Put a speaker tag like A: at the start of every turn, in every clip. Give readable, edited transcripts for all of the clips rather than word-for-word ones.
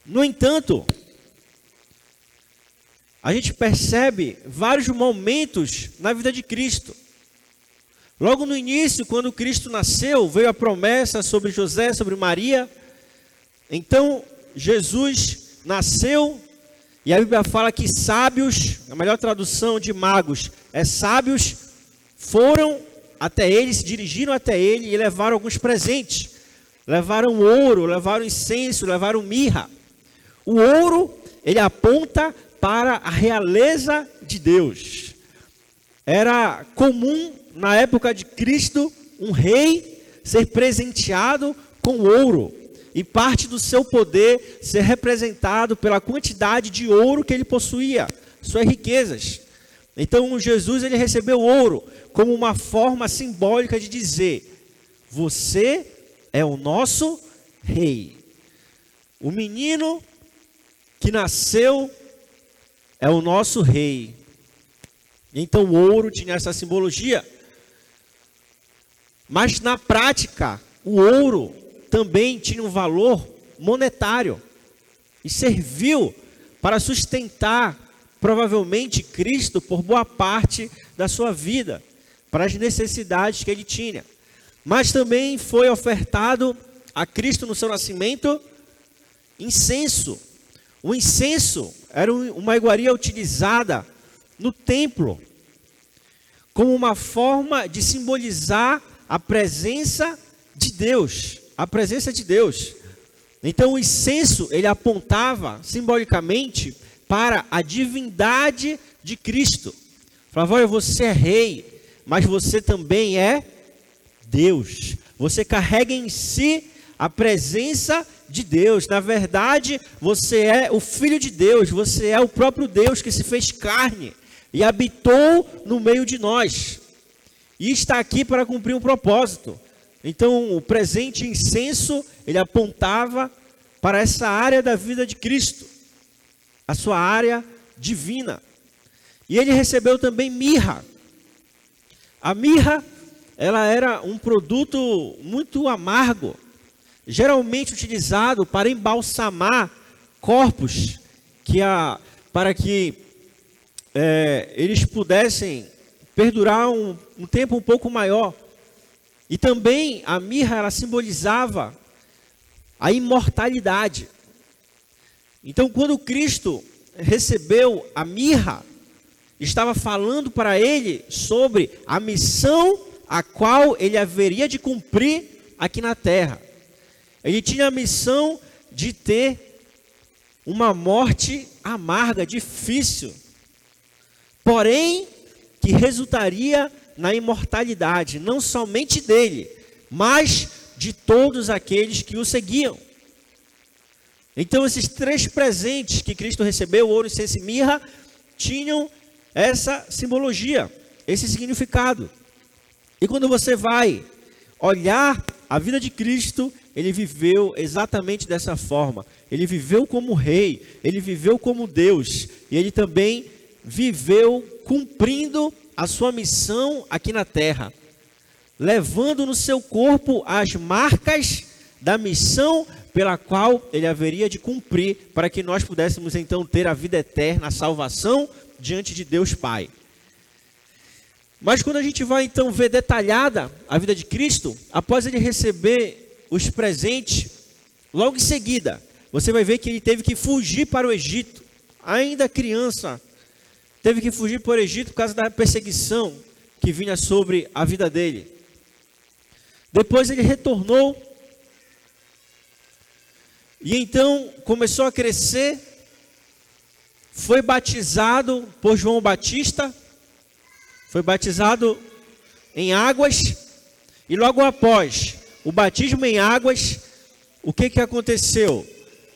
A: No entanto, a gente percebe vários momentos na vida de Cristo. Logo no início, quando Cristo nasceu, veio a promessa sobre José, sobre Maria. Então, Jesus nasceu, e a Bíblia fala que sábios, a melhor tradução de magos é sábios, foram até ele, se dirigiram até ele e levaram alguns presentes. Levaram ouro, levaram incenso, levaram mirra. O ouro, ele aponta para a realeza de Deus. Era comum, na época de Cristo, um rei ser presenteado com ouro. E parte do seu poder ser representado pela quantidade de ouro que ele possuía, suas riquezas. Então Jesus, ele recebeu ouro como uma forma simbólica de dizer: você é o nosso rei. O menino que nasceu é o nosso rei. Então o ouro tinha essa simbologia. Mas na prática, o ouro também tinha um valor monetário e serviu para sustentar provavelmente Cristo por boa parte da sua vida, para as necessidades que ele tinha. Mas também foi ofertado a Cristo no seu nascimento incenso. O incenso era uma iguaria utilizada no templo como uma forma de simbolizar a presença de Deus. A presença de Deus. Então o incenso, ele apontava simbolicamente para a divindade de Cristo. Falava: olha, você é rei, mas você também é Deus. Você carrega em si a presença de Deus. Na verdade, você é o Filho de Deus. Você é o próprio Deus que se fez carne e habitou no meio de nós. E está aqui para cumprir um propósito. Então, o presente incenso, ele apontava para essa área da vida de Cristo, a sua área divina. E ele recebeu também mirra. A mirra, ela era um produto muito amargo, geralmente utilizado para embalsamar corpos, para que eles pudessem perdurar um tempo um pouco maior. E também a mirra, ela simbolizava a imortalidade. Então, quando Cristo recebeu a mirra, estava falando para ele sobre a missão a qual ele haveria de cumprir aqui na terra. Ele tinha a missão de ter uma morte amarga, difícil, porém que resultaria na imortalidade, não somente dele, mas de todos aqueles que o seguiam. Então esses três presentes que Cristo recebeu, ouro, incenso e mirra, tinham essa simbologia, esse significado. E quando você vai olhar a vida de Cristo, ele viveu exatamente dessa forma. Ele viveu como rei, ele viveu como Deus, e ele também viveu cumprindo a sua missão aqui na terra, levando no seu corpo as marcas da missão pela qual ele haveria de cumprir, para que nós pudéssemos então ter a vida eterna, a salvação diante de Deus Pai. Mas quando a gente vai então ver detalhada a vida de Cristo, após ele receber os presentes, logo em seguida, você vai ver que ele teve que fugir para o Egito, ainda criança. Teve que fugir para o Egito por causa da perseguição que vinha sobre a vida dele. Depois ele retornou. E então começou a crescer. Foi batizado por João Batista. Foi batizado em águas. E logo após o batismo em águas, o que aconteceu?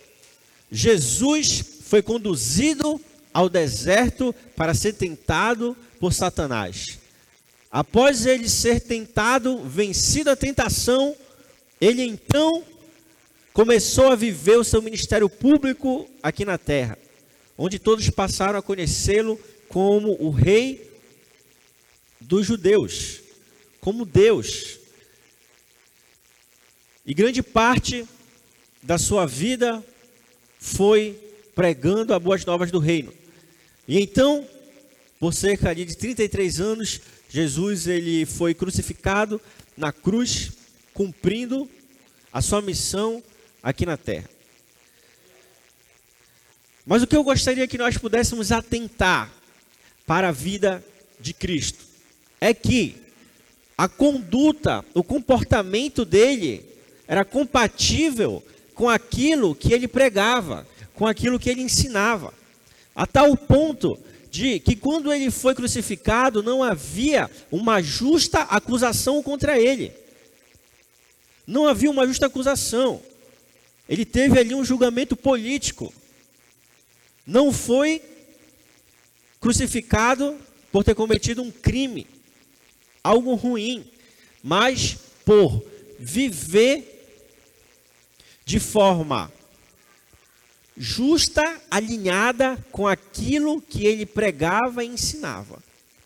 A: Jesus foi conduzido ao deserto para ser tentado por Satanás. Após ele ser tentado, vencido a tentação, ele então começou a viver o seu ministério público aqui na terra, onde todos passaram a conhecê-lo como o rei dos judeus, como Deus. E grande parte da sua vida foi pregando as boas novas do reino. E então, por cerca de 33 anos, Jesus ele foi crucificado na cruz, cumprindo a sua missão aqui na terra. Mas o que eu gostaria que nós pudéssemos atentar para a vida de Cristo é que a conduta, o comportamento dele era compatível com aquilo que ele pregava, com aquilo que ele ensinava, a tal ponto de que quando ele foi crucificado não havia uma justa acusação contra ele. Não havia uma justa acusação. Ele teve ali um julgamento político. Não foi crucificado por ter cometido um crime, algo ruim, mas por viver de forma justa, alinhada com aquilo que ele pregava e ensinava.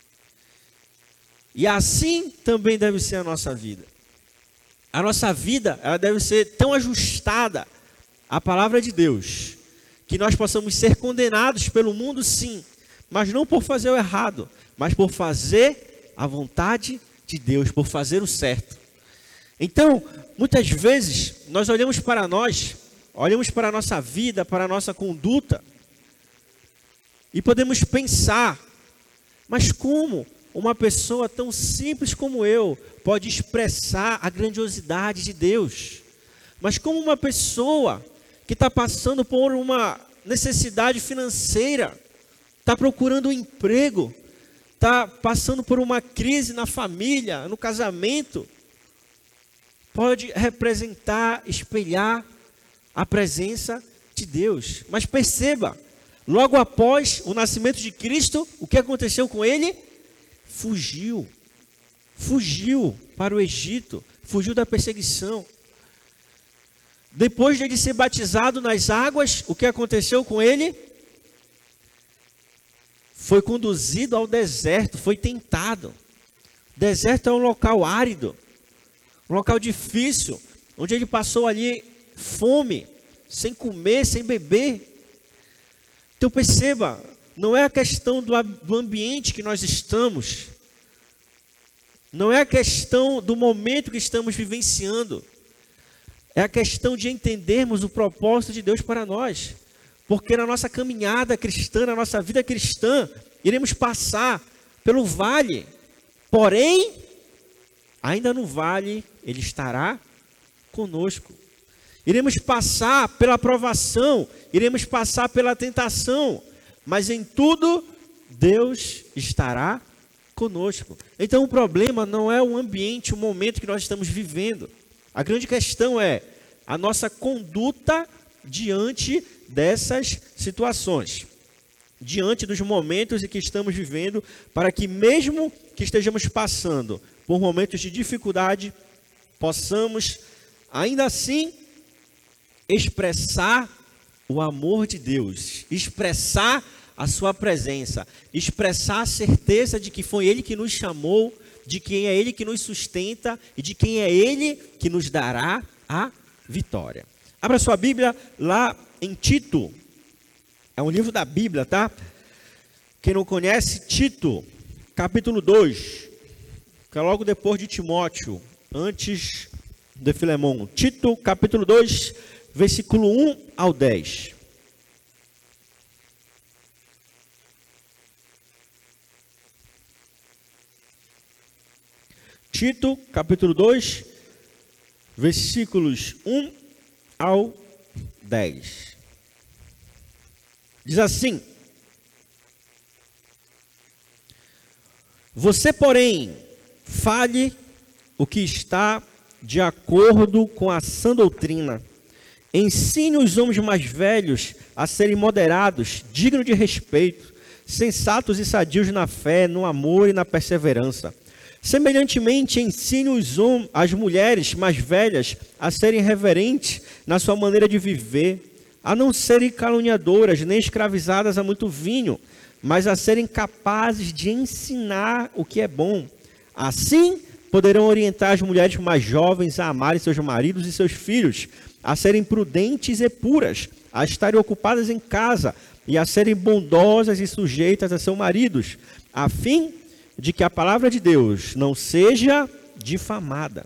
A: E assim também deve ser a nossa vida. A nossa vida, ela deve ser tão ajustada à palavra de Deus, que nós possamos ser condenados pelo mundo, sim, mas não por fazer o errado, mas por fazer a vontade de Deus, por fazer o certo. Então, muitas vezes, nós olhamos para nós, olhamos para a nossa vida, para a nossa conduta, e podemos pensar, mas como uma pessoa tão simples como eu pode expressar a grandiosidade de Deus? Mas como uma pessoa que está passando por uma necessidade financeira, está procurando um emprego, está passando por uma crise na família, no casamento, pode representar, espelhar a presença de Deus? Mas perceba, logo após o nascimento de Cristo, o que aconteceu com ele? Fugiu para o Egito, fugiu da perseguição. Depois de ele ser batizado nas águas, o que aconteceu com ele? Foi conduzido ao deserto, foi tentado. O deserto é um local árido, um local difícil, onde ele passou ali fome, sem comer, sem beber. Então perceba, não é a questão do ambiente que nós estamos, não é a questão do momento que estamos vivenciando, é a questão de entendermos o propósito de Deus para nós, porque na nossa caminhada cristã, na nossa vida cristã, iremos passar pelo vale, porém, ainda no vale, Ele estará conosco. Iremos passar pela provação, iremos passar pela tentação, mas em tudo, Deus estará conosco. Então o problema não é o ambiente, o momento que nós estamos vivendo. A grande questão é a nossa conduta diante dessas situações, diante dos momentos em que estamos vivendo, para que mesmo que estejamos passando por momentos de dificuldade, possamos ainda assim expressar o amor de Deus, expressar a sua presença, expressar a certeza de que foi Ele que nos chamou, de quem é Ele que nos sustenta e de quem é Ele que nos dará a vitória. Abra sua Bíblia lá em Tito, é um livro da Bíblia, tá? Quem não conhece, Tito, capítulo 2, que é logo depois de Timóteo, antes de Filemão. Tito, capítulo 2, versículo 1 ao 10. Tito, capítulo 2, versículos 1 ao 10. Diz assim: Você, porém, fale o que está de acordo com a sã doutrina. Ensine os homens mais velhos a serem moderados, dignos de respeito, sensatos e sadios na fé, no amor e na perseverança. Semelhantemente, ensine as mulheres mais velhas a serem reverentes na sua maneira de viver, a não serem caluniadoras, nem escravizadas a muito vinho, mas a serem capazes de ensinar o que é bom. Assim, poderão orientar as mulheres mais jovens a amarem seus maridos e seus filhos, a serem prudentes e puras, a estarem ocupadas em casa e a serem bondosas e sujeitas a seus maridos, a fim de que a palavra de Deus não seja difamada.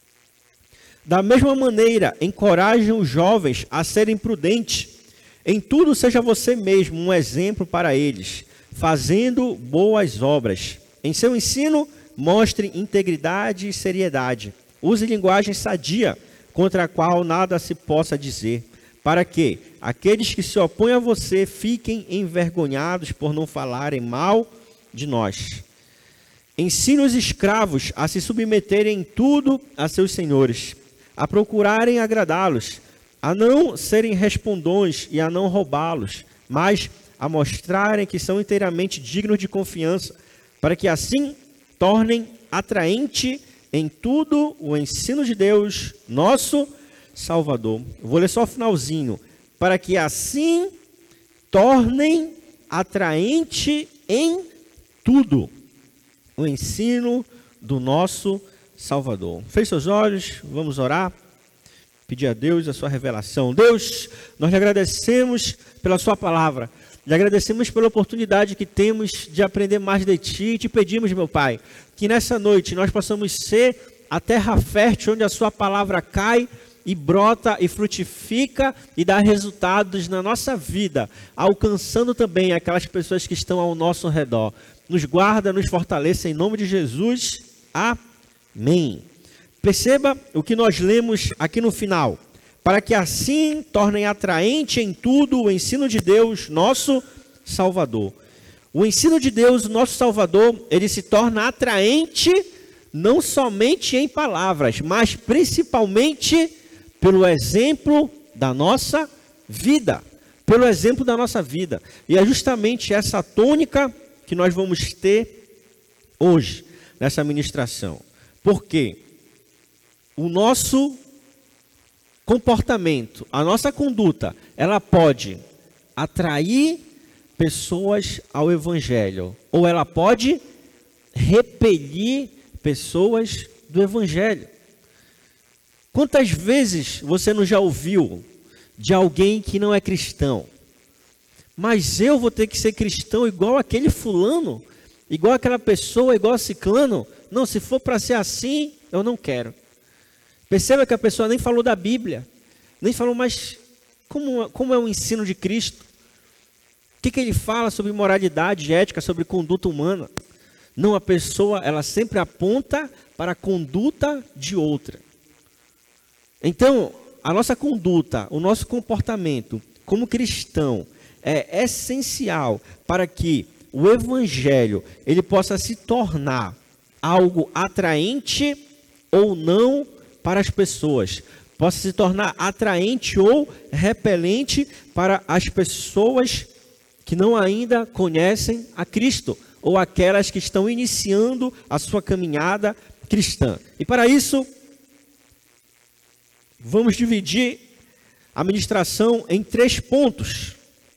A: Da mesma maneira, encorajem os jovens a serem prudentes. Em tudo seja você mesmo um exemplo para eles, fazendo boas obras. Em seu ensino, mostre integridade e seriedade. Use linguagem sadia, contra a qual nada se possa dizer, para que aqueles que se opõem a você fiquem envergonhados por não falarem mal de nós. Ensine os escravos a se submeterem em tudo a seus senhores, a procurarem agradá-los, a não serem respondões e a não roubá-los, mas a mostrarem que são inteiramente dignos de confiança, para que assim tornem atraente em tudo o ensino de Deus, nosso Salvador. Eu vou ler só o finalzinho. Para que assim tornem atraente em tudo o ensino do nosso Salvador. Feche seus olhos, vamos orar, pedir a Deus a sua revelação. Deus, nós lhe agradecemos pela sua palavra, lhe agradecemos pela oportunidade que temos de aprender mais de ti e te pedimos, meu Pai, que nessa noite nós possamos ser a terra fértil onde a sua palavra cai e brota e frutifica e dá resultados na nossa vida, alcançando também aquelas pessoas que estão ao nosso redor. Nos guarda, nos fortaleça em nome de Jesus. Amém. Perceba o que nós lemos aqui no final. Para que assim tornem atraente em tudo o ensino de Deus, nosso Salvador. O ensino de Deus, nosso Salvador, ele se torna atraente não somente em palavras, mas principalmente pelo exemplo da nossa vida. Pelo exemplo da nossa vida. E é justamente essa tônica que nós vamos ter hoje, nessa ministração. Porque o nosso comportamento, a nossa conduta, ela pode atrair pessoas ao Evangelho, ou ela pode repelir pessoas do Evangelho. Quantas vezes você não já ouviu de alguém que não é cristão? Mas eu vou ter que ser cristão igual aquele fulano, igual aquela pessoa, igual a ciclano? Não, se for para ser assim, eu não quero. Perceba que a pessoa nem falou da Bíblia, nem falou, mas como é o ensino de Cristo? O que ele fala sobre moralidade, ética, sobre conduta humana? Não, a pessoa, ela sempre aponta para a conduta de outra. Então, a nossa conduta, o nosso comportamento como cristão é essencial para que o Evangelho ele possa se tornar algo atraente ou não para as pessoas, possa se tornar atraente ou repelente para as pessoas que não ainda conhecem a Cristo, ou aquelas que estão iniciando a sua caminhada cristã. E para isso, vamos dividir a ministração em 3 pontos.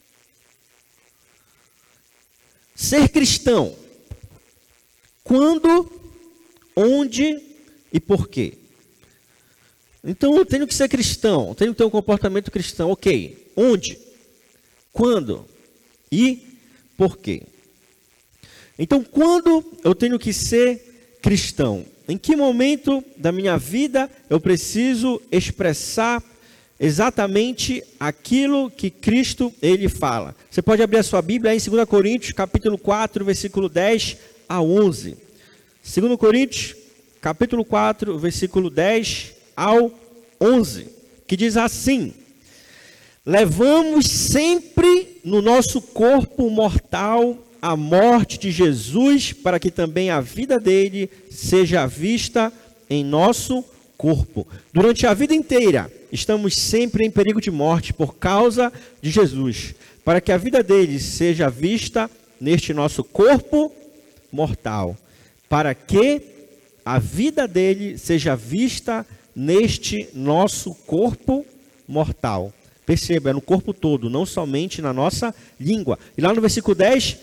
A: Ser cristão. Quando, onde e por quê? Então, eu tenho que ser cristão, tenho que ter um comportamento cristão. Ok. Onde? Quando? E por quê? Então, quando eu tenho que ser cristão? Em que momento da minha vida eu preciso expressar exatamente aquilo que Cristo ele fala? Você pode abrir a sua Bíblia aí em 2 Coríntios, capítulo 4, versículo 10 a 11. 2 Coríntios, capítulo 4, versículo 10 ao 11, que diz assim: levamos sempre no nosso corpo mortal a morte de Jesus, para que também a vida dele seja vista em nosso corpo. Durante a vida inteira, estamos sempre em perigo de morte por causa de Jesus, para que a vida dele seja vista neste nosso corpo mortal. Para que a vida dele seja vista neste nosso corpo mortal. Perceba, é no corpo todo, não somente na nossa língua. E lá no versículo 10,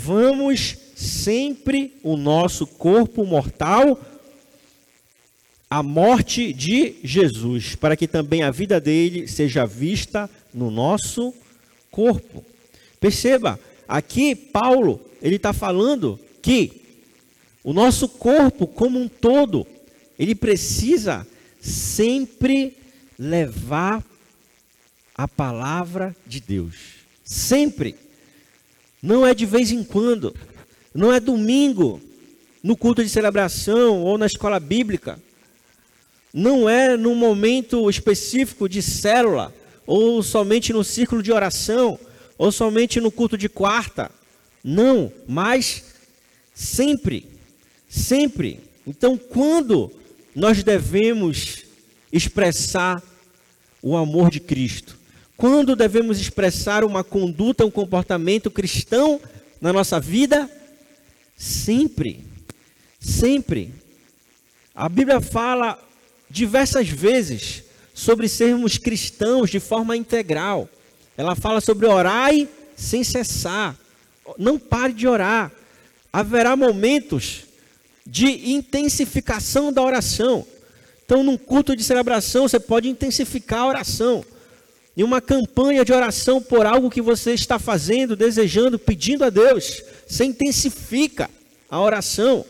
A: levamos sempre o nosso corpo mortal a morte de Jesus, para que também a vida dele seja vista no nosso corpo. Perceba, aqui Paulo, ele está falando que o nosso corpo como um todo, ele precisa sempre levar a palavra de Deus. Sempre. Não é de vez em quando. Não é domingo, no culto de celebração ou na escola bíblica. Não é num momento específico de célula, ou somente no círculo de oração, ou somente no culto de quarta. Não, mas sempre. Sempre. Então, quando nós devemos expressar o amor de Cristo? Quando devemos expressar uma conduta, um comportamento cristão na nossa vida? Sempre. Sempre. A Bíblia fala diversas vezes sobre sermos cristãos de forma integral. Ela fala sobre orai sem cessar. Não pare de orar. Haverá momentos de intensificação da oração. Então, num culto de celebração, você pode intensificar a oração. Em uma campanha de oração por algo que você está fazendo, desejando, pedindo a Deus, você intensifica a oração.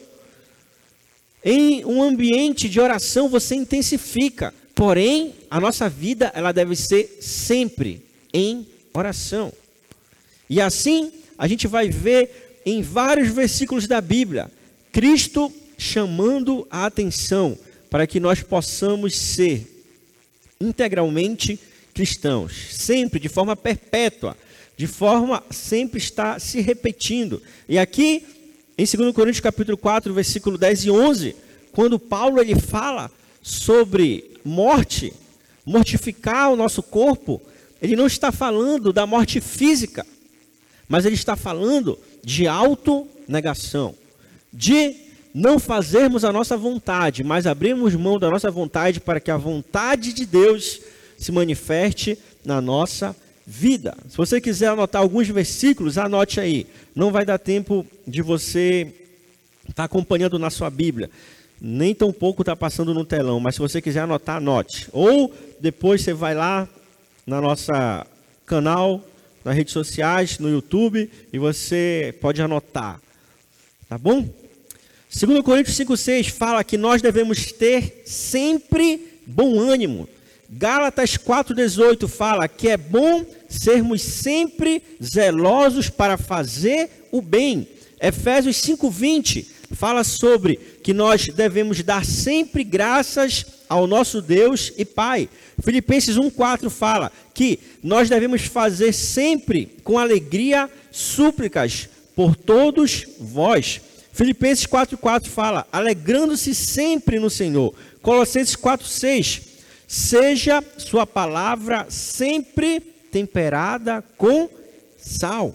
A: Em um ambiente de oração, você intensifica. Porém, a nossa vida, ela deve ser sempre em oração. E assim, a gente vai ver em vários versículos da Bíblia, Cristo chamando a atenção para que nós possamos ser integralmente cristãos, sempre, de forma perpétua, de forma sempre está se repetindo. E aqui, em 2 Coríntios capítulo 4, versículo 10 e 11, quando Paulo ele fala sobre morte, mortificar o nosso corpo, ele não está falando da morte física, mas ele está falando de autonegação, de não fazermos a nossa vontade, mas abrirmos mão da nossa vontade para que a vontade de Deus se manifeste na nossa vida. Se você quiser anotar alguns versículos, anote aí. Não vai dar tempo de você estar acompanhando na sua Bíblia. Nem tão pouco está passando no telão, mas se você quiser anotar, anote. Ou depois você vai lá na nossa canal, nas redes sociais, no YouTube, e você pode anotar. Tá bom? 2 Coríntios 5,6 fala que nós devemos ter sempre bom ânimo. Gálatas 4,18 fala que é bom sermos sempre zelosos para fazer o bem. Efésios 5,20 fala sobre que nós devemos dar sempre graças ao nosso Deus e Pai. Filipenses 1,4 fala que nós devemos fazer sempre com alegria súplicas por todos vós. Filipenses 4,4 fala, alegrando-se sempre no Senhor. Colossenses 4,6, seja sua palavra sempre temperada com sal.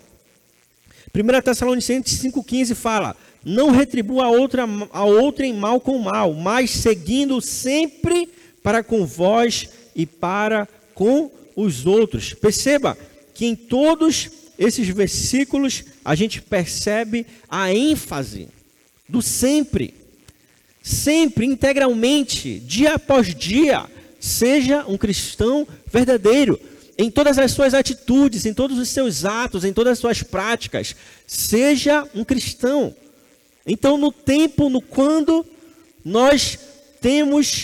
A: 1 Tessalonicenses 5,15 fala, não retribua a outra em mal com mal, mas seguindo sempre para com vós e para com os outros. Perceba que em todos esses versículos a gente percebe a ênfase do sempre. Sempre, integralmente, dia após dia, seja um cristão verdadeiro. Em todas as suas atitudes, em todos os seus atos, em todas as suas práticas, seja um cristão. Então, no tempo, no quando nós temos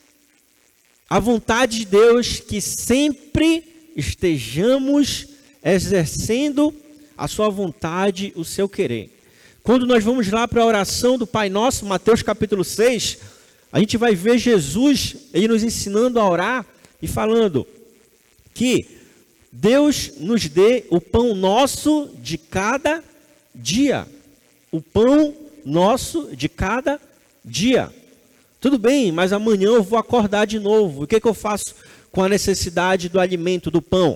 A: a vontade de Deus que sempre estejamos exercendo a sua vontade, o seu querer. Quando nós vamos lá para a oração do Pai Nosso, Mateus capítulo 6, a gente vai ver Jesus, ele nos ensinando a orar e falando que Deus nos dê o pão nosso de cada dia. O pão nosso de cada dia. Tudo bem, mas amanhã eu vou acordar de novo. O que eu faço com a necessidade do alimento, do pão?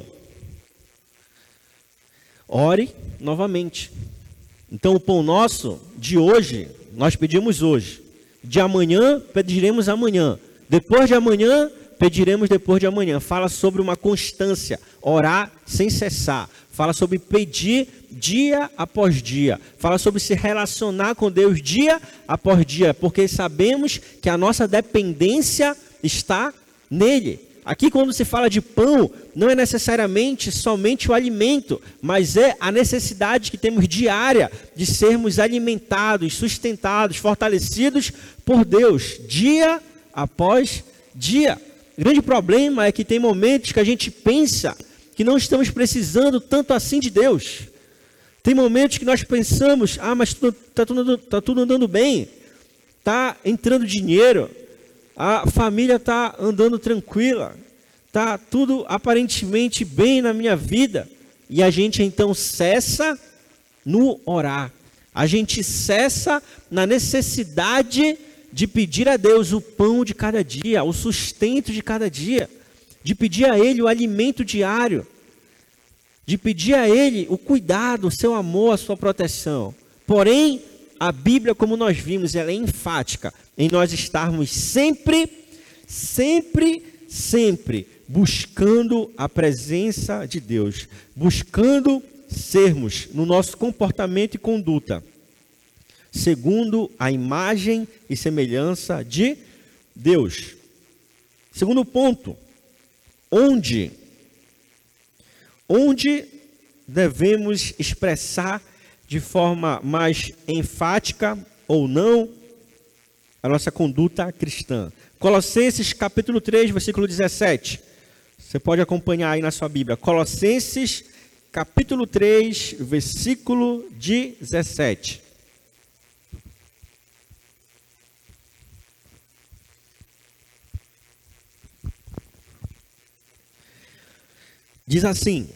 A: Ore novamente. Então o pão nosso de hoje, nós pedimos hoje. De amanhã, pediremos amanhã. Depois de amanhã, pediremos depois de amanhã. Fala sobre uma constância, orar sem cessar. Fala sobre pedir dia após dia. Fala sobre se relacionar com Deus dia após dia, porque sabemos que a nossa dependência está nele. Aqui, quando se fala de pão, não é necessariamente somente o alimento, mas é a necessidade que temos diária de sermos alimentados, sustentados, fortalecidos por Deus, dia após dia. O grande problema é que tem momentos que a gente pensa que não estamos precisando tanto assim de Deus. Tem momentos que nós pensamos, mas está tudo andando bem, está entrando dinheiro, a família está andando tranquila, está tudo aparentemente bem na minha vida. E a gente então cessa no orar. A gente cessa na necessidade de pedir a Deus o pão de cada dia, o sustento de cada dia, de pedir a Ele o alimento diário, de pedir a Ele o cuidado, o seu amor, a sua proteção. Porém, a Bíblia, como nós vimos, ela é enfática em nós estarmos sempre buscando a presença de Deus, buscando sermos, no nosso comportamento e conduta, segundo a imagem e semelhança de Deus. Segundo ponto, onde devemos expressar de forma mais enfática ou não a nossa conduta cristã. Colossenses capítulo 3, versículo 17. Você pode acompanhar aí na sua Bíblia. Colossenses capítulo 3, versículo 17. Diz assim: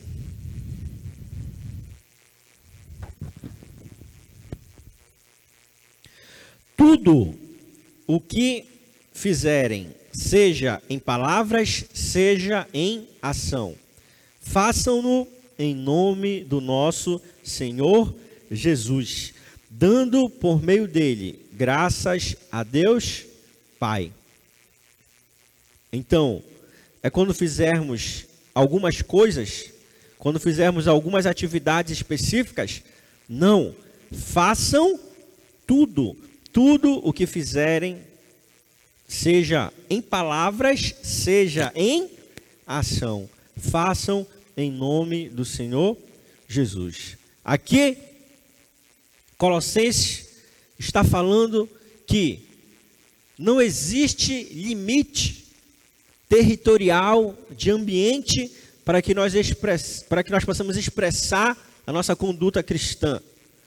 A: tudo o que fizerem, seja em palavras, seja em ação, façam-no em nome do nosso Senhor Jesus, dando por meio dele graças a Deus Pai. Então, é quando fizermos algumas coisas, quando fizermos algumas atividades específicas, não, façam tudo o que fizerem, seja em palavras, seja em ação, façam em nome do Senhor Jesus. Aqui, Colossenses está falando que não existe limite territorial de ambiente para que nós possamos expressar a nossa conduta cristã.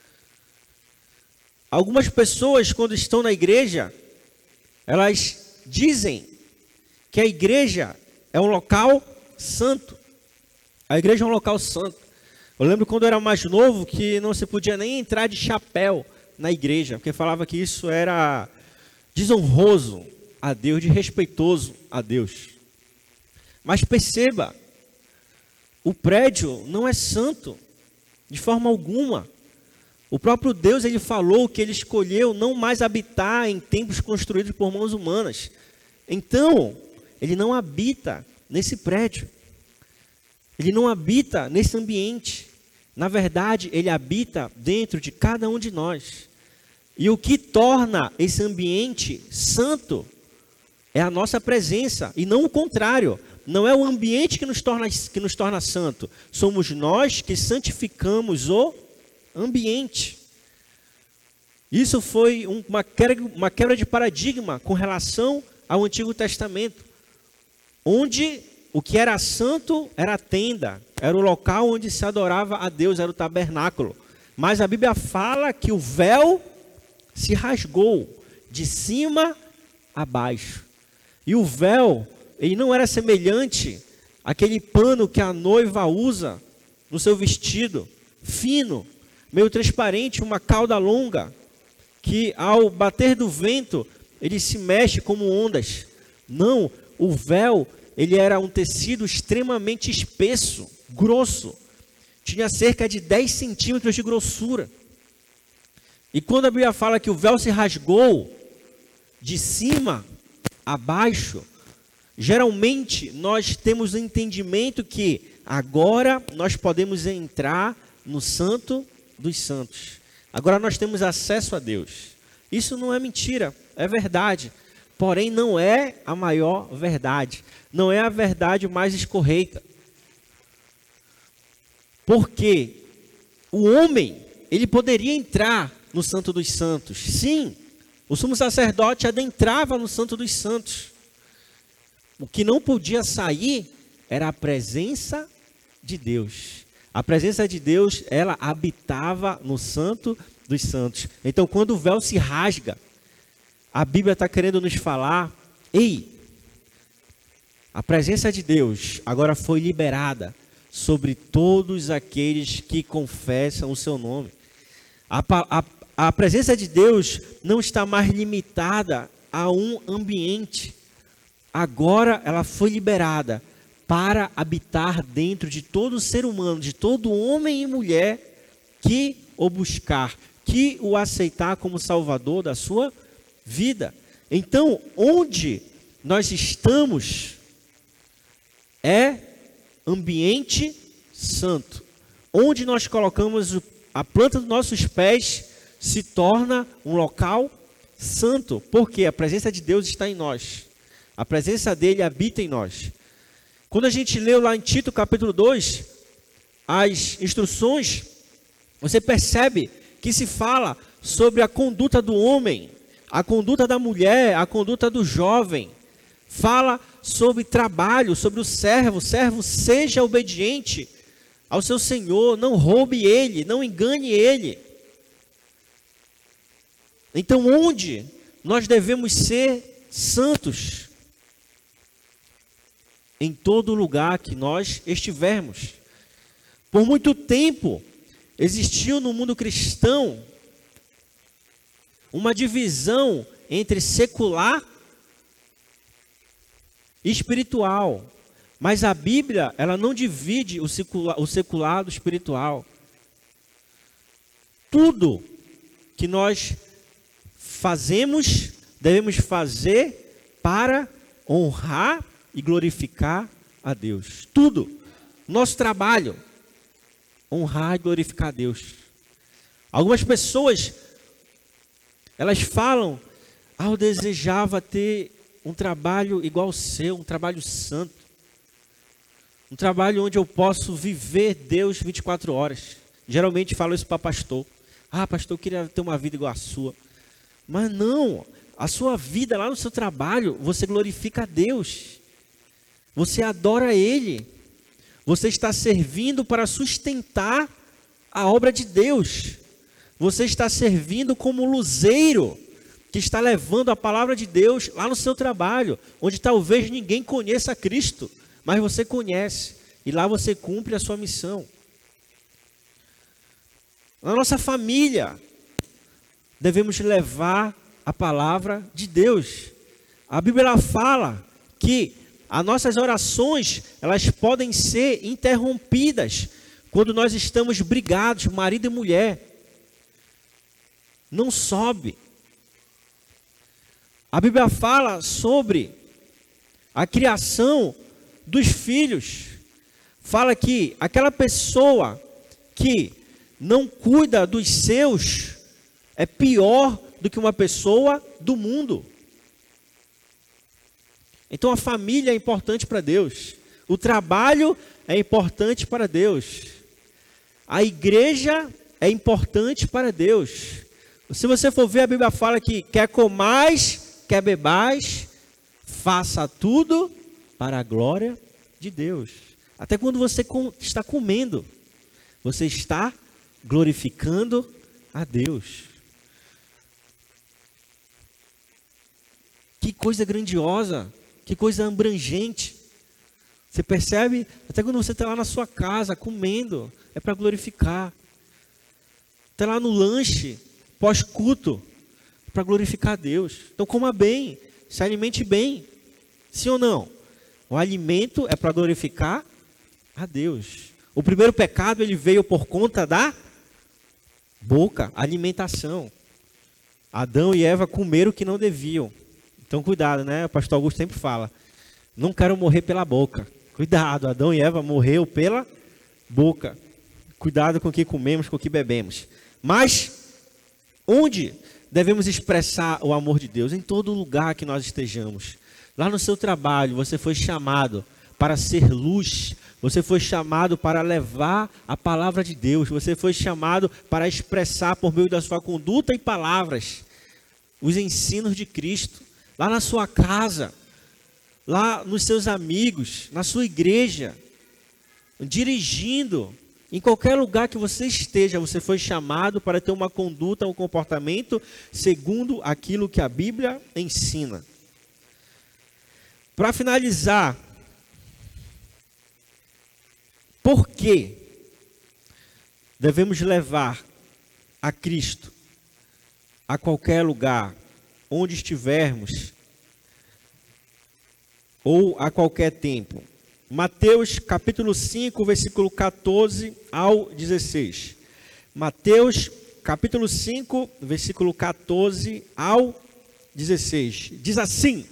A: Algumas pessoas, quando estão na igreja, elas dizem que a igreja é um local santo. A igreja é um local santo. Eu lembro quando eu era mais novo que não se podia nem entrar de chapéu na igreja, porque falava que isso era desonroso a Deus, desrespeitoso a Deus. Mas perceba, o prédio não é santo de forma alguma. O próprio Deus, ele falou que ele escolheu não mais habitar em templos construídos por mãos humanas. Então, ele não habita nesse prédio. Ele não habita nesse ambiente. Na verdade, ele habita dentro de cada um de nós. E o que torna esse ambiente santo é a nossa presença, e não o contrário. Não é o ambiente que nos torna santo. Somos nós que santificamos o ambiente. Isso foi uma quebra de paradigma com relação ao Antigo Testamento, onde o que era santo era a tenda, era o local onde se adorava a Deus, era o tabernáculo. Mas a Bíblia fala que o véu se rasgou de cima a baixo. E o véu, ele não era semelhante àquele pano que a noiva usa no seu vestido, fino, meio transparente, uma cauda longa, que ao bater do vento, ele se mexe como ondas. Não, o véu, ele era um tecido extremamente espesso, grosso. Tinha cerca de 10 centímetros de grossura. E quando a Bíblia fala que o véu se rasgou de cima a baixo, Geralmente, nós temos o entendimento que agora nós podemos entrar no Santo dos Santos. Agora nós temos acesso a Deus. Isso não é mentira, é verdade. Porém, não é a maior verdade. Não é a verdade mais escorreita. Porque o homem, ele poderia entrar no Santo dos Santos. Sim, o sumo sacerdote adentrava no Santo dos Santos. O que não podia sair era a presença de Deus. A presença de Deus, ela habitava no Santo dos Santos. Então, quando o véu se rasga, a Bíblia está querendo nos falar, ei, a presença de Deus agora foi liberada sobre todos aqueles que confessam o seu nome. A presença de Deus não está mais limitada a um ambiente. Agora ela foi liberada para habitar dentro de todo ser humano, de todo homem e mulher que o buscar, que o aceitar como Salvador da sua vida. Então, onde nós estamos é ambiente santo. Onde nós colocamos a planta dos nossos pés se torna um local santo, porque a presença de Deus está em nós. A presença dele habita em nós. Quando a gente leu lá em Tito capítulo 2, as instruções, você percebe que se fala sobre a conduta do homem, a conduta da mulher, a conduta do jovem. Fala sobre trabalho, sobre o servo. O servo seja obediente ao seu senhor, não roube ele, não engane ele. Então, onde nós devemos ser santos? Em todo lugar que nós estivermos. Por muito tempo, existiu no mundo cristão uma divisão entre secular e espiritual. Mas a Bíblia, ela não divide o secular do espiritual. Tudo que nós fazemos, devemos fazer para honrar e glorificar a Deus. Tudo. Nosso trabalho, honrar e glorificar a Deus. Algumas pessoas, elas falam, eu desejava ter um trabalho igual ao seu, um trabalho santo. Um trabalho onde eu posso viver Deus 24 horas. Geralmente falo isso para pastor. Pastor, eu queria ter uma vida igual a sua. Mas não, a sua vida lá no seu trabalho, você glorifica a Deus. Você adora Ele. Você está servindo para sustentar a obra de Deus. Você está servindo como luzeiro que está levando a palavra de Deus lá no seu trabalho, onde talvez ninguém conheça Cristo, mas você conhece. E lá você cumpre a sua missão. Na nossa família, devemos levar a palavra de Deus. A Bíblia fala que as nossas orações, elas podem ser interrompidas quando nós estamos brigados, marido e mulher. Não sobe. A Bíblia fala sobre a criação dos filhos. Fala que aquela pessoa que não cuida dos seus é pior do que uma pessoa do mundo. Então a família é importante para Deus. O trabalho é importante para Deus. A igreja é importante para Deus. Se você for ver, a Bíblia fala que quer comais, quer bebais, faça tudo para a glória de Deus. Até quando você está comendo, você está glorificando a Deus. Que coisa grandiosa. Que coisa abrangente. Você percebe? Até quando você está lá na sua casa, comendo, é para glorificar. Está lá no lanche, pós-culto, é para glorificar a Deus. Então coma bem, se alimente bem. Sim ou não? O alimento é para glorificar a Deus. O primeiro pecado, ele veio por conta da boca, alimentação. Adão e Eva comeram o que não deviam. Então cuidado, né? O pastor Augusto sempre fala. Não quero morrer pela boca. Cuidado, Adão e Eva morreu pela boca. Cuidado com o que comemos, com o que bebemos. Mas, onde devemos expressar o amor de Deus? Em todo lugar que nós estejamos. Lá no seu trabalho, você foi chamado para ser luz. Você foi chamado para levar a palavra de Deus. Você foi chamado para expressar por meio da sua conduta e palavras os ensinos de Cristo. Lá na sua casa, lá nos seus amigos, na sua igreja, dirigindo, em qualquer lugar que você esteja, você foi chamado para ter uma conduta, um comportamento segundo aquilo que a Bíblia ensina. Para finalizar, por que devemos levar a Cristo a qualquer lugar, onde estivermos, ou a qualquer tempo? Mateus capítulo 5, versículo 14 ao 16. Mateus capítulo 5, versículo 14 ao 16. Diz assim: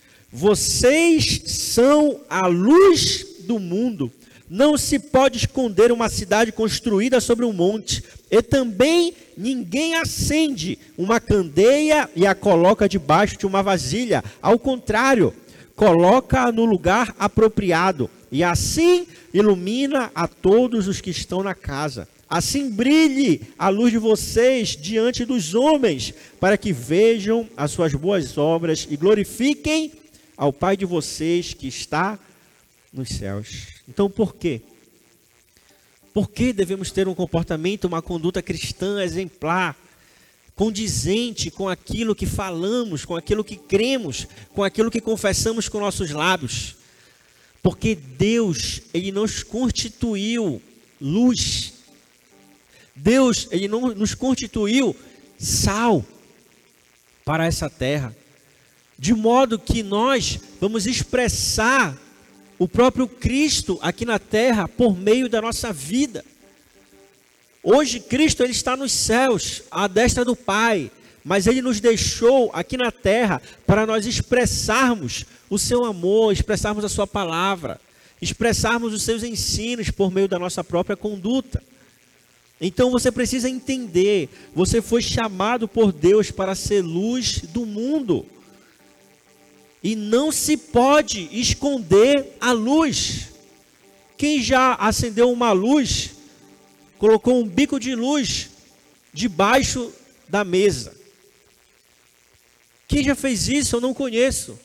A: vocês são a luz do mundo. Não se pode esconder uma cidade construída sobre um monte. E também ninguém acende uma candeia e a coloca debaixo de uma vasilha. Ao contrário, coloca-a no lugar apropriado. E assim ilumina a todos os que estão na casa. Assim brilhe a luz de vocês diante dos homens, para que vejam as suas boas obras e glorifiquem ao Pai de vocês que está nos céus. Então, por quê? Por que devemos ter um comportamento, uma conduta cristã exemplar, condizente com aquilo que falamos, com aquilo que cremos, com aquilo que confessamos com nossos lábios? Porque Deus, Ele nos constituiu luz. Deus, Ele não nos constituiu sal para essa terra. De modo que nós vamos expressar o próprio Cristo aqui na terra por meio da nossa vida. Hoje Cristo ele está nos céus, à destra do Pai, mas Ele nos deixou aqui na terra para nós expressarmos o seu amor, expressarmos a sua palavra, expressarmos os seus ensinos por meio da nossa própria conduta. Então você precisa entender, você foi chamado por Deus para ser luz do mundo. E não se pode esconder a luz. Quem já acendeu uma luz, colocou um bico de luz debaixo da mesa? Quem já fez isso? Eu não conheço.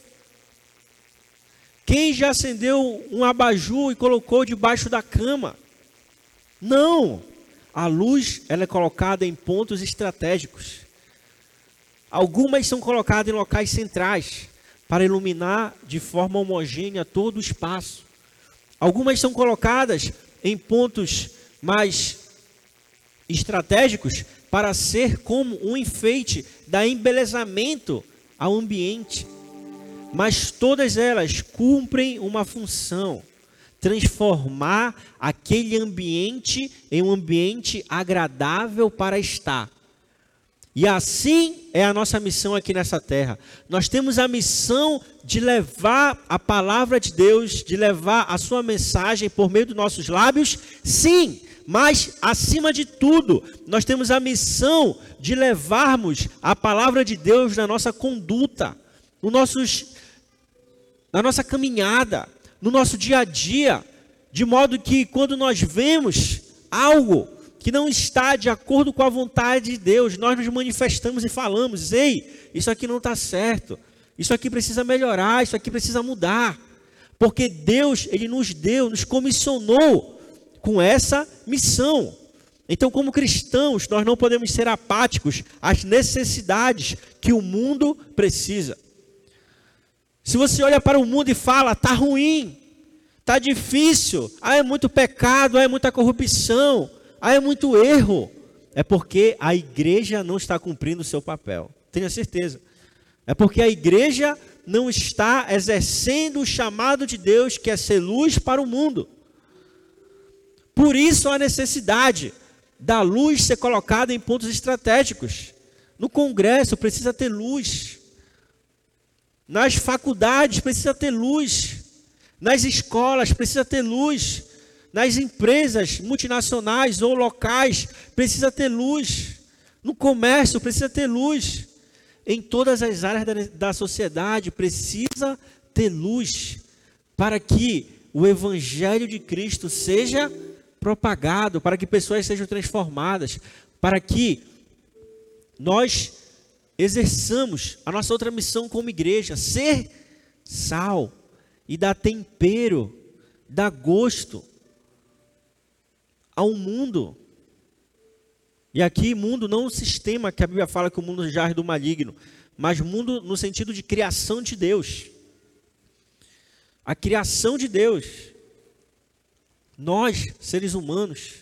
A: Quem já acendeu um abajur e colocou debaixo da cama? Não. A luz ela é colocada em pontos estratégicos. Algumas são colocadas em locais centrais, para iluminar de forma homogênea todo o espaço. Algumas são colocadas em pontos mais estratégicos para ser como um enfeite, dar embelezamento ao ambiente. Mas todas elas cumprem uma função: transformar aquele ambiente em um ambiente agradável para estar. E assim é a nossa missão aqui nessa terra. Nós temos a missão de levar a palavra de Deus, de levar a sua mensagem por meio dos nossos lábios, sim, mas acima de tudo, nós temos a missão de levarmos a palavra de Deus na nossa conduta, na nossa caminhada, no nosso dia a dia, de modo que quando nós vemos algo que não está de acordo com a vontade de Deus, nós nos manifestamos e falamos: ei, isso aqui não está certo, isso aqui precisa melhorar, isso aqui precisa mudar, porque Deus, Ele nos deu, nos comissionou com essa missão. Então, como cristãos, nós não podemos ser apáticos às necessidades que o mundo precisa. Se você olha para o mundo e fala: está ruim, está difícil, é muito pecado, é muita corrupção, é muito erro, é porque a igreja não está cumprindo o seu papel. Tenha certeza. É porque a igreja não está exercendo o chamado de Deus, que é ser luz para o mundo. Por isso a necessidade da luz ser colocada em pontos estratégicos. No Congresso precisa ter luz. Nas faculdades precisa ter luz. Nas escolas precisa ter luz. Nas empresas multinacionais ou locais precisa ter luz. No comércio precisa ter luz. Em todas as áreas da sociedade precisa ter luz para que o Evangelho de Cristo seja propagado, para que pessoas sejam transformadas, para que nós exerçamos a nossa outra missão como igreja, ser sal e dar tempero, dar gosto ao mundo. E aqui mundo não o sistema que a Bíblia fala que o mundo jaz do maligno, mas mundo no sentido de criação de Deus. A criação de Deus. Nós, seres humanos,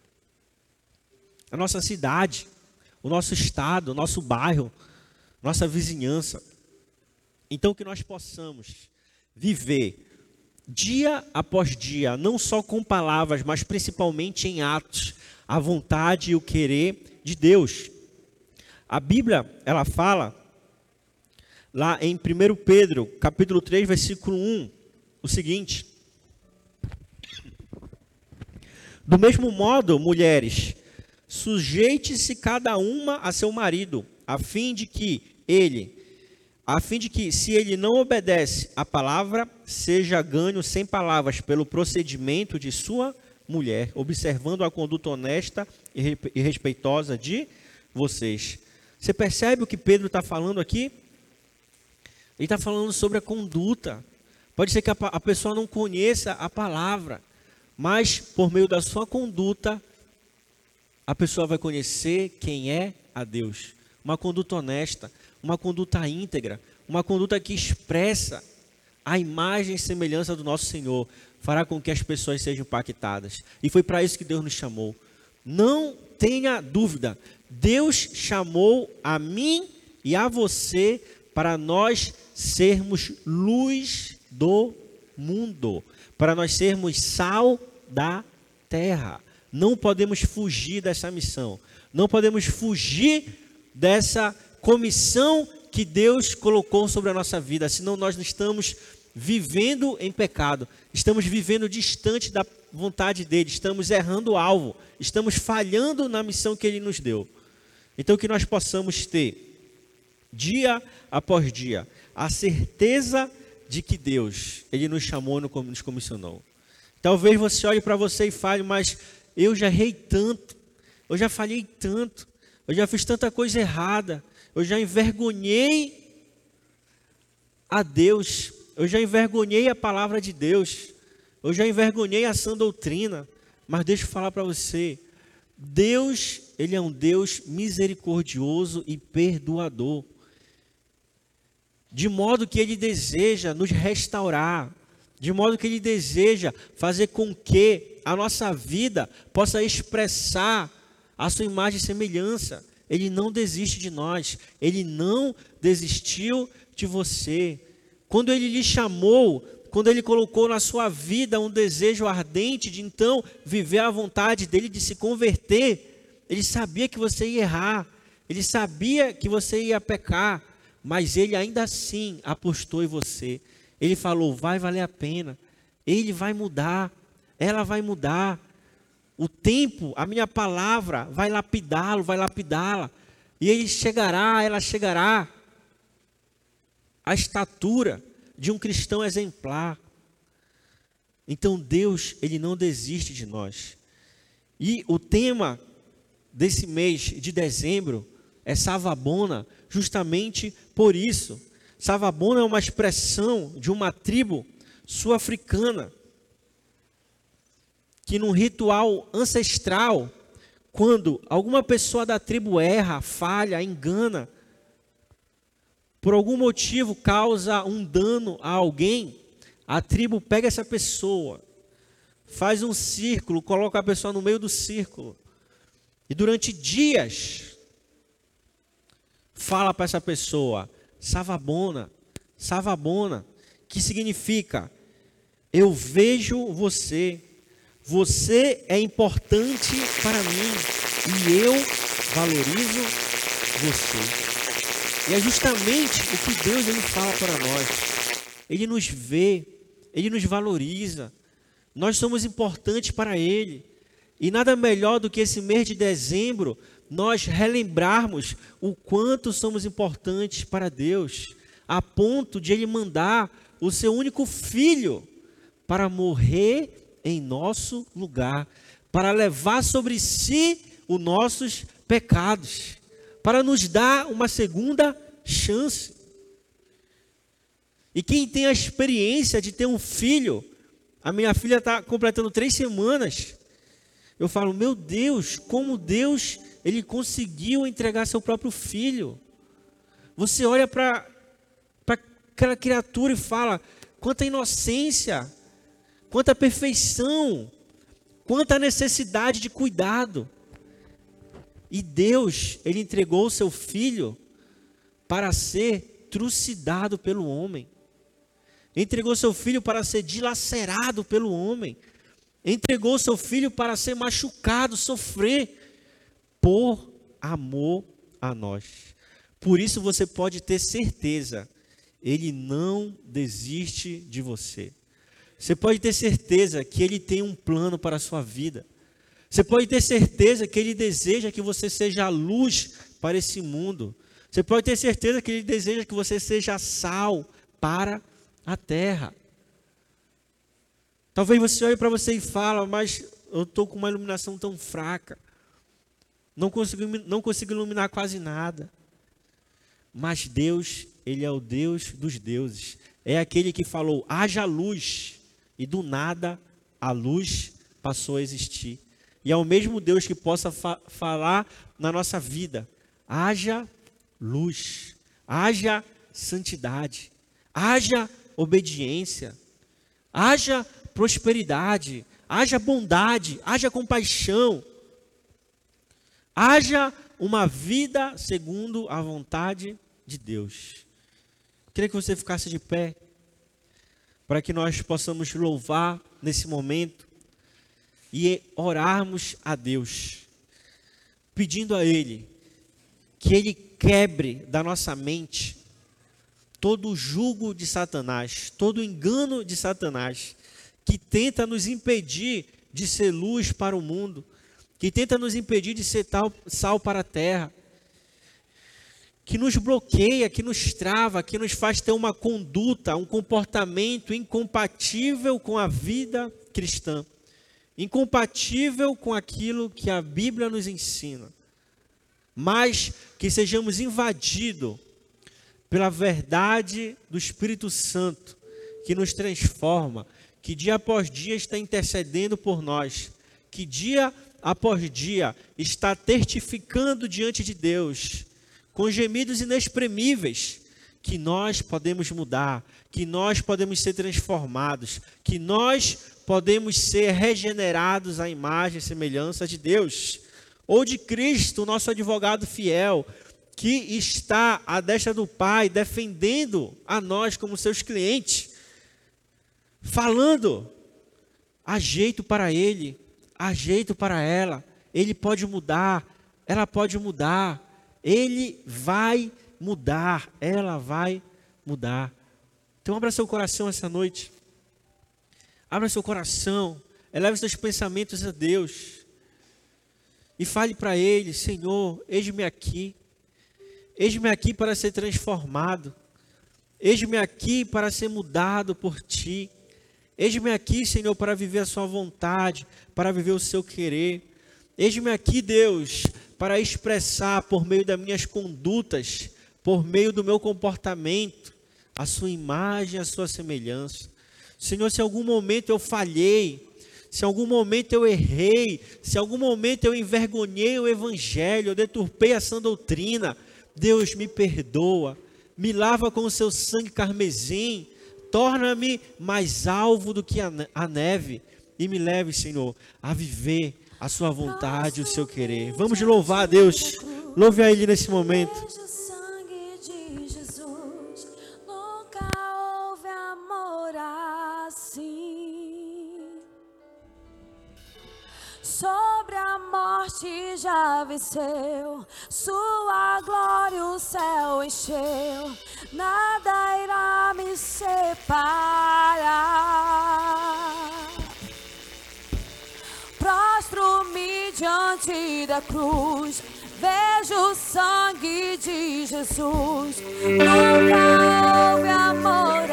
A: a nossa cidade, o nosso estado, o nosso bairro, nossa vizinhança. Então que nós possamos viver dia após dia, não só com palavras, mas principalmente em atos, a vontade e o querer de Deus. A Bíblia, ela fala, lá em 1 Pedro, capítulo 3, versículo 1, o seguinte: do mesmo modo, mulheres, sujeite-se cada uma a seu marido, a fim de que, se ele não obedece à palavra, seja ganho sem palavras pelo procedimento de sua mulher, observando a conduta honesta e respeitosa de vocês. Você percebe o que Pedro está falando aqui? Ele está falando sobre a conduta. Pode ser que a pessoa não conheça a palavra, mas por meio da sua conduta, a pessoa vai conhecer quem é a Deus. Uma conduta honesta, uma conduta íntegra, uma conduta que expressa a imagem e semelhança do nosso Senhor, fará com que as pessoas sejam impactadas. E foi para isso que Deus nos chamou. Não tenha dúvida, Deus chamou a mim e a você para nós sermos luz do mundo, para nós sermos sal da terra. Não podemos fugir dessa missão, não podemos fugir dessa comissão que Deus colocou sobre a nossa vida, senão nós não estamos vivendo em pecado, estamos vivendo distante da vontade dele, estamos errando o alvo, estamos falhando na missão que ele nos deu. Então que nós possamos ter, dia após dia, a certeza de que Deus, ele nos chamou e nos comissionou. Talvez você olhe para você e fale, mas eu já errei tanto, eu já falhei tanto, eu já fiz tanta coisa errada, eu já envergonhei a Deus, eu já envergonhei a palavra de Deus, eu já envergonhei a sã doutrina. Mas deixa eu falar para você, Deus, ele é um Deus misericordioso e perdoador, de modo que ele deseja nos restaurar, de modo que ele deseja fazer com que a nossa vida possa expressar a sua imagem e semelhança. Ele não desiste de nós, ele não desistiu de você. Quando ele lhe chamou, quando ele colocou na sua vida um desejo ardente de então viver a vontade dele, de se converter, ele sabia que você ia errar, ele sabia que você ia pecar, mas ele ainda assim apostou em você. Ele falou, vai valer a pena, ele vai mudar, ela vai mudar. O tempo, a minha palavra vai lapidá-lo, vai lapidá-la. E ele chegará, ela chegará à estatura de um cristão exemplar. Então Deus, ele não desiste de nós. E o tema desse mês de dezembro é Savabona, justamente por isso. Savabona é uma expressão de uma tribo sul-africana, que num ritual ancestral, quando alguma pessoa da tribo erra, falha, engana, por algum motivo causa um dano a alguém, a tribo pega essa pessoa, faz um círculo, coloca a pessoa no meio do círculo, e durante dias, fala para essa pessoa, Savabona, Savabona, que significa, eu vejo você, você é importante para mim e eu valorizo você. E é justamente o que Deus ele fala para nós. Ele nos vê, Ele nos valoriza. Nós somos importantes para Ele. E nada melhor do que esse mês de dezembro, nós relembrarmos o quanto somos importantes para Deus, a ponto de Ele mandar o seu único filho para morrer em nosso lugar, para levar sobre si os nossos pecados, para nos dar uma segunda chance. E quem tem a experiência de ter um filho, a minha filha está completando 3 semanas, eu falo, meu Deus, como Deus, Ele conseguiu entregar seu próprio filho. Você olha para aquela criatura e fala, quanta inocência, quanta perfeição, quanta necessidade de cuidado. E Deus, Ele entregou o seu filho para ser trucidado pelo homem. Entregou seu filho para ser dilacerado pelo homem. Entregou seu filho para ser machucado, sofrer, por amor a nós. Por isso você pode ter certeza, Ele não desiste de você. Você pode ter certeza que Ele tem um plano para a sua vida. Você pode ter certeza que Ele deseja que você seja a luz para esse mundo. Você pode ter certeza que Ele deseja que você seja sal para a terra. Talvez você olhe para você e fala, mas eu estou com uma iluminação tão fraca. Não consigo iluminar quase nada. Mas Deus, Ele é o Deus dos deuses. É aquele que falou, haja luz. E do nada, a luz passou a existir. E é o mesmo Deus que possa falar na nossa vida. Haja luz. Haja santidade. Haja obediência. Haja prosperidade. Haja bondade. Haja compaixão. Haja uma vida segundo a vontade de Deus. Queria que você ficasse de pé, para que nós possamos louvar nesse momento e orarmos a Deus, pedindo a Ele que Ele quebre da nossa mente todo o jugo de Satanás, todo o engano de Satanás, que tenta nos impedir de ser luz para o mundo, que tenta nos impedir de ser sal para a terra, que nos bloqueia, que nos trava, que nos faz ter uma conduta, um comportamento incompatível com a vida cristã, incompatível com aquilo que a Bíblia nos ensina, mas que sejamos invadidos pela verdade do Espírito Santo, que nos transforma, que dia após dia está intercedendo por nós, que dia após dia está testificando diante de Deus, com gemidos inexprimíveis, que nós podemos mudar, que nós podemos ser transformados, que nós podemos ser regenerados à imagem e semelhança de Deus, ou de Cristo, nosso advogado fiel, que está à destra do Pai, defendendo a nós como seus clientes, falando, há jeito para ele, há jeito para ela, ele pode mudar, ela pode mudar, ele vai mudar, ela vai mudar. Então abra seu coração essa noite, abra seu coração, eleve seus pensamentos a Deus, e fale para Ele, Senhor, eis-me aqui para ser transformado, eis-me aqui para ser mudado por Ti, eis-me aqui, Senhor, para viver a Sua vontade, para viver o Seu querer. Eis-me aqui, Deus, para expressar por meio das minhas condutas, por meio do meu comportamento, a Sua imagem, a Sua semelhança. Senhor, se em algum momento eu falhei, se em algum momento eu errei, se em algum momento eu envergonhei o Evangelho, eu deturpei a sã doutrina, Deus me perdoa, me lava com o Seu sangue carmesim, torna-me mais alvo do que a neve e me leve, Senhor, a viver a Sua vontade, o Seu querer. Vamos louvar a Deus, louve a Ele nesse momento.
B: O sangue de Jesus, nunca houve amor assim. Sobre a morte morte já venceu, sua glória o céu encheu, nada irá me separar. Prostro-me diante da cruz, vejo o sangue de Jesus, nunca houve amor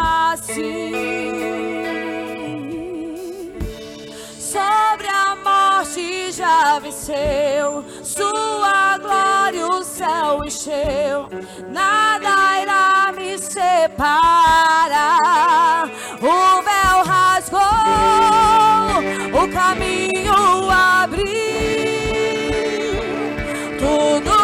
B: assim. Sobre a morte já venceu, sua glória o céu encheu, nada irá me separar. O véu rasgou, o caminho abriu, tudo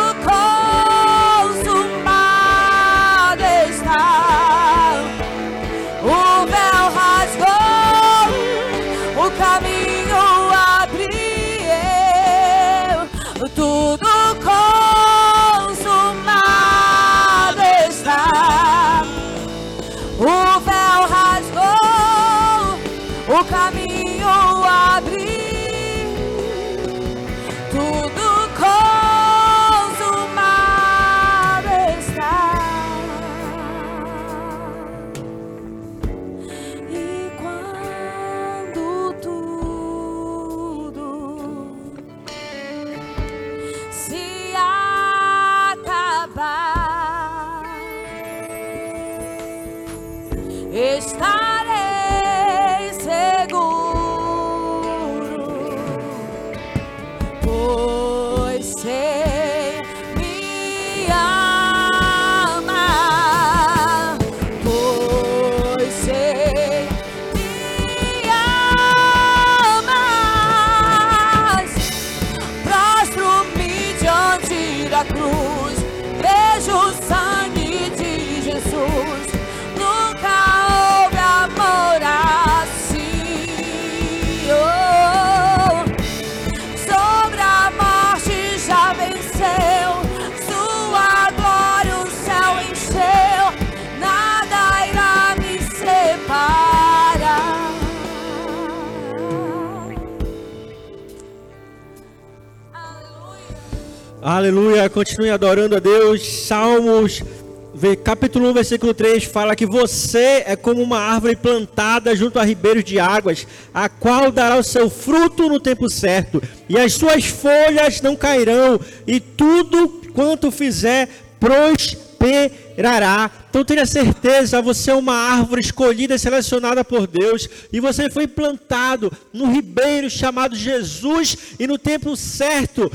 B: consumado está. O véu rasgou, o caminho abriu, tudo consumado está. O véu rasgou, o caminho abriu, tudo consumado está. E quando tudo se acabar, estarei seguro, pois sei me ama, pois sei me amas. Prostro-me diante da cruz, vejo o sangue de Jesus, nunca houve amor assim. Sobre a morte já venceu, sua glória o céu encheu, nada irá me separar.
A: Aleluia, continue adorando a Deus. Salmos, capítulo 1, versículo 3, fala que você é como uma árvore plantada junto a ribeiros de águas, a qual dará o seu fruto no tempo certo, e as suas folhas não cairão, e tudo quanto fizer prosperará. Então tenha certeza, você é uma árvore escolhida e selecionada por Deus, e você foi plantado no ribeiro chamado Jesus, e no tempo certo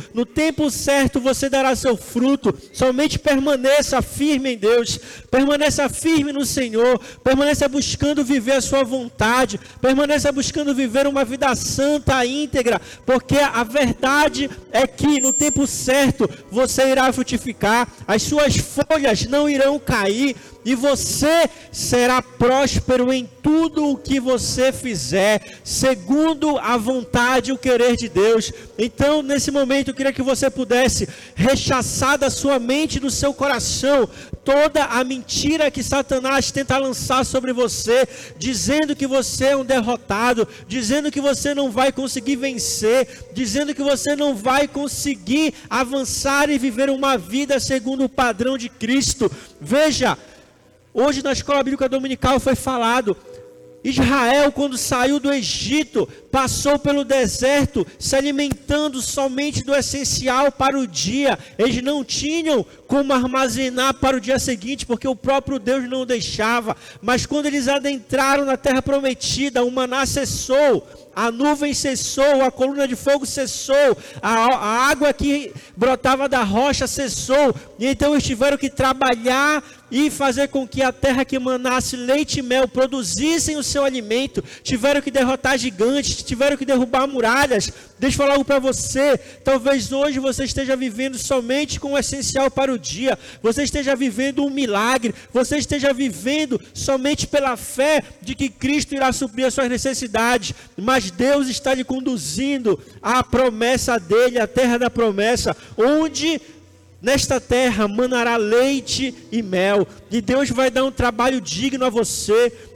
A: você dará seu fruto. Somente permaneça firme em Deus, permaneça firme no Senhor, permaneça buscando viver a sua vontade, permaneça buscando viver uma vida santa, íntegra, porque a verdade é que no tempo certo você irá frutificar, as suas folhas não irão cair, e você será próspero em tudo o que você fizer, segundo a vontade e o querer de Deus. Então, nesse momento, eu queria que você pudesse rechaçar da sua mente e do seu coração toda a mentira que Satanás tenta lançar sobre você, dizendo que você é um derrotado, dizendo que você não vai conseguir vencer, dizendo que você não vai conseguir avançar e viver uma vida segundo o padrão de Cristo. Veja, hoje na escola bíblica dominical foi falado, Israel, quando saiu do Egito, passou pelo deserto, se alimentando somente do essencial para o dia. Eles não tinham como armazenar para o dia seguinte, porque o próprio Deus não deixava. Mas quando eles adentraram na terra prometida, o maná cessou, a nuvem cessou, a coluna de fogo cessou, a água que brotava da rocha cessou, e então eles tiveram que trabalhar e fazer com que a terra que manasse leite e mel produzissem o seu alimento. Tiveram que derrotar gigantes, tiveram que derrubar muralhas. Deixa eu falar algo para você, talvez hoje você esteja vivendo somente com o essencial para o dia, você esteja vivendo um milagre, você esteja vivendo somente pela fé de que Cristo irá suprir as suas necessidades, mas Deus está lhe conduzindo à promessa dele, à terra da promessa, onde nesta terra manará leite e mel, e Deus vai dar um trabalho digno a você,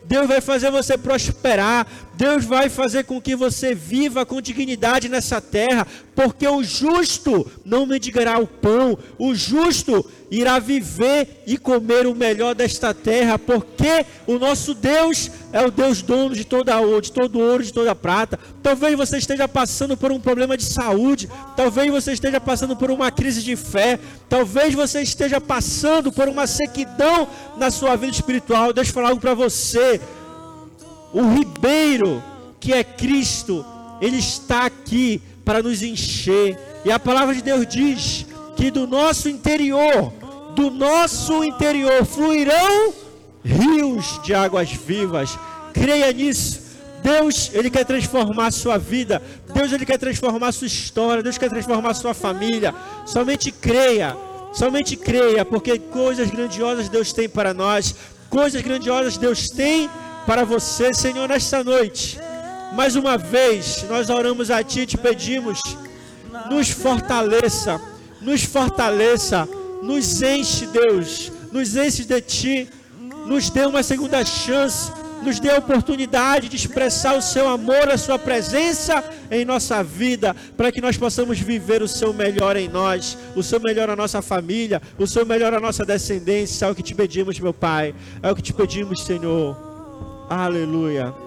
A: Deus vai fazer você prosperar, Deus vai fazer com que você viva com dignidade nessa terra, porque o justo não mendigará o pão, o justo irá viver e comer o melhor desta terra, porque o nosso Deus é o Deus dono de todo ouro, de toda prata. Talvez você esteja passando por um problema de saúde, talvez você esteja passando por uma crise de fé, talvez você esteja passando por uma sequidão na sua vida espiritual. Deixa eu falar algo para você. O ribeiro, que é Cristo, Ele está aqui para nos encher. E a palavra de Deus diz que do nosso interior fluirão rios de águas vivas. Creia nisso. Deus, Ele quer transformar a sua vida. Deus, Ele quer transformar a sua história. Deus quer transformar a sua família. Somente creia, porque coisas grandiosas Deus tem para nós. Coisas grandiosas Deus tem para você, Senhor, nesta noite. Mais uma vez, nós oramos a Ti e Te pedimos, nos fortaleça, nos enche, Deus, nos enche de Ti, nos dê uma segunda chance, nos dê a oportunidade de expressar o Seu amor, a Sua presença em nossa vida, para que nós possamos viver o Seu melhor em nós, o Seu melhor na nossa família, o Seu melhor na nossa descendência. É o que Te pedimos, meu Pai, é o que Te pedimos, Senhor. Aleluia.